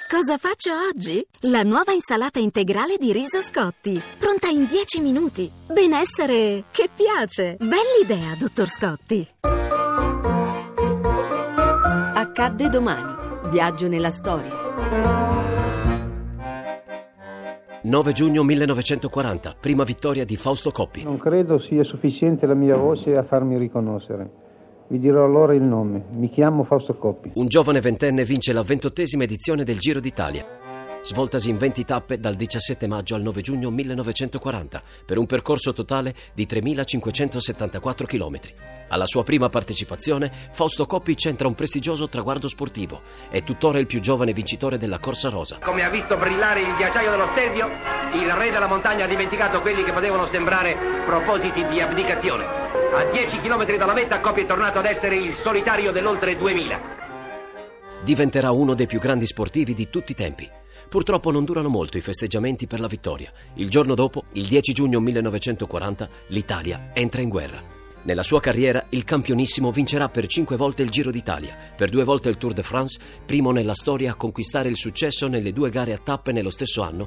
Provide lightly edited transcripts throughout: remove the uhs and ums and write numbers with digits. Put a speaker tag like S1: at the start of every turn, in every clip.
S1: Cosa faccio oggi? La nuova insalata integrale di riso Scotti, pronta in 10 minuti. Benessere che piace. Bell'idea, dottor Scotti.
S2: Accadde domani. Viaggio nella storia.
S3: 9 giugno 1940, prima vittoria di Fausto Coppi.
S4: Non credo sia sufficiente la mia voce a farmi riconoscere. Vi dirò allora il nome. Mi chiamo Fausto Coppi.
S3: Un giovane ventenne vince la 28ª edizione del Giro d'Italia, svoltasi in 20 tappe dal 17 maggio al 9 giugno 1940, per un percorso totale di 3.574 km. Alla sua prima partecipazione, Fausto Coppi centra un prestigioso traguardo sportivo. È tuttora il più giovane vincitore della Corsa Rosa.
S5: Come ha visto brillare il ghiacciaio dello Stelvio, il re della montagna ha dimenticato quelli che potevano sembrare propositi di abdicazione. A 10 km dalla meta, Coppi è tornato ad essere il solitario dell'oltre 2000.
S3: Diventerà uno dei più grandi sportivi di tutti i tempi. Purtroppo non durano molto i festeggiamenti per la vittoria. Il giorno dopo, il 10 giugno 1940, l'Italia entra in guerra. Nella sua carriera, il campionissimo vincerà per 5 volte il Giro d'Italia, per 2 volte il Tour de France, primo nella storia a conquistare il successo nelle 2 gare a tappe nello stesso anno,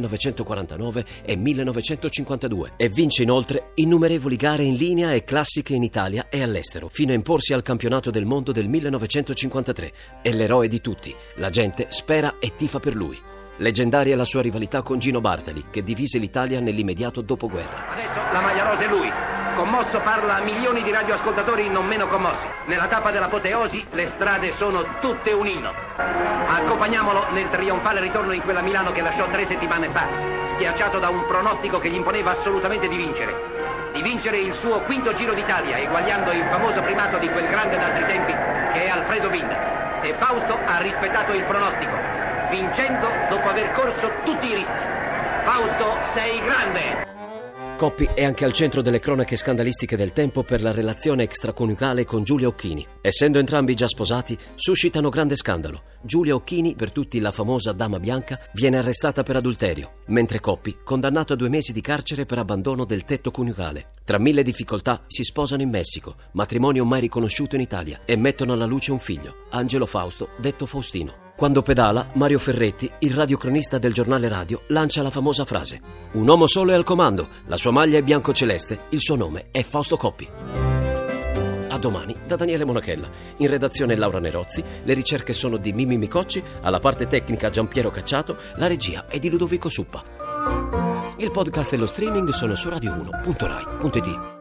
S3: 1949 e 1952, e vince inoltre innumerevoli gare in linea e classiche in Italia e all'estero, fino a imporsi al campionato del mondo del 1953. È l'eroe di tutti, la gente spera e tifa per lui. Leggendaria è la sua rivalità con Gino Bartali, che divise l'Italia nell'immediato dopoguerra.
S5: Adesso la maglia rosa è lui. Commosso parla a milioni di radioascoltatori non meno commossi. Nella tappa dell'apoteosi le strade sono tutte un inno. Accompagniamolo nel trionfale ritorno in quella Milano che lasciò 3 settimane fa, schiacciato da un pronostico che gli imponeva assolutamente di vincere. Di vincere il suo 5° Giro d'Italia, eguagliando il famoso primato di quel grande d'altri tempi che è Alfredo Binda. E Fausto ha rispettato il pronostico, vincendo dopo aver corso tutti i rischi. Fausto, sei grande!
S3: Coppi è anche al centro delle cronache scandalistiche del tempo per la relazione extraconiugale con Giulia Occhini. Essendo entrambi già sposati, suscitano grande scandalo. Giulia Occhini, per tutti la famosa Dama Bianca, viene arrestata per adulterio, mentre Coppi, condannato a 2 mesi di carcere per abbandono del tetto coniugale. Tra mille difficoltà si sposano in Messico, matrimonio mai riconosciuto in Italia, e mettono alla luce un figlio, Angelo Fausto, detto Faustino. Quando pedala, Mario Ferretti, il radiocronista del giornale radio, lancia la famosa frase: "Un uomo solo è al comando, la sua maglia è bianco-celeste, il suo nome è Fausto Coppi". A domani da Daniele Monachella. In redazione Laura Nerozzi, le ricerche sono di Mimmi Micocci, alla parte tecnica Giampiero Cacciato, la regia è di Ludovico Suppa. Il podcast e lo streaming sono su radio1.rai.it.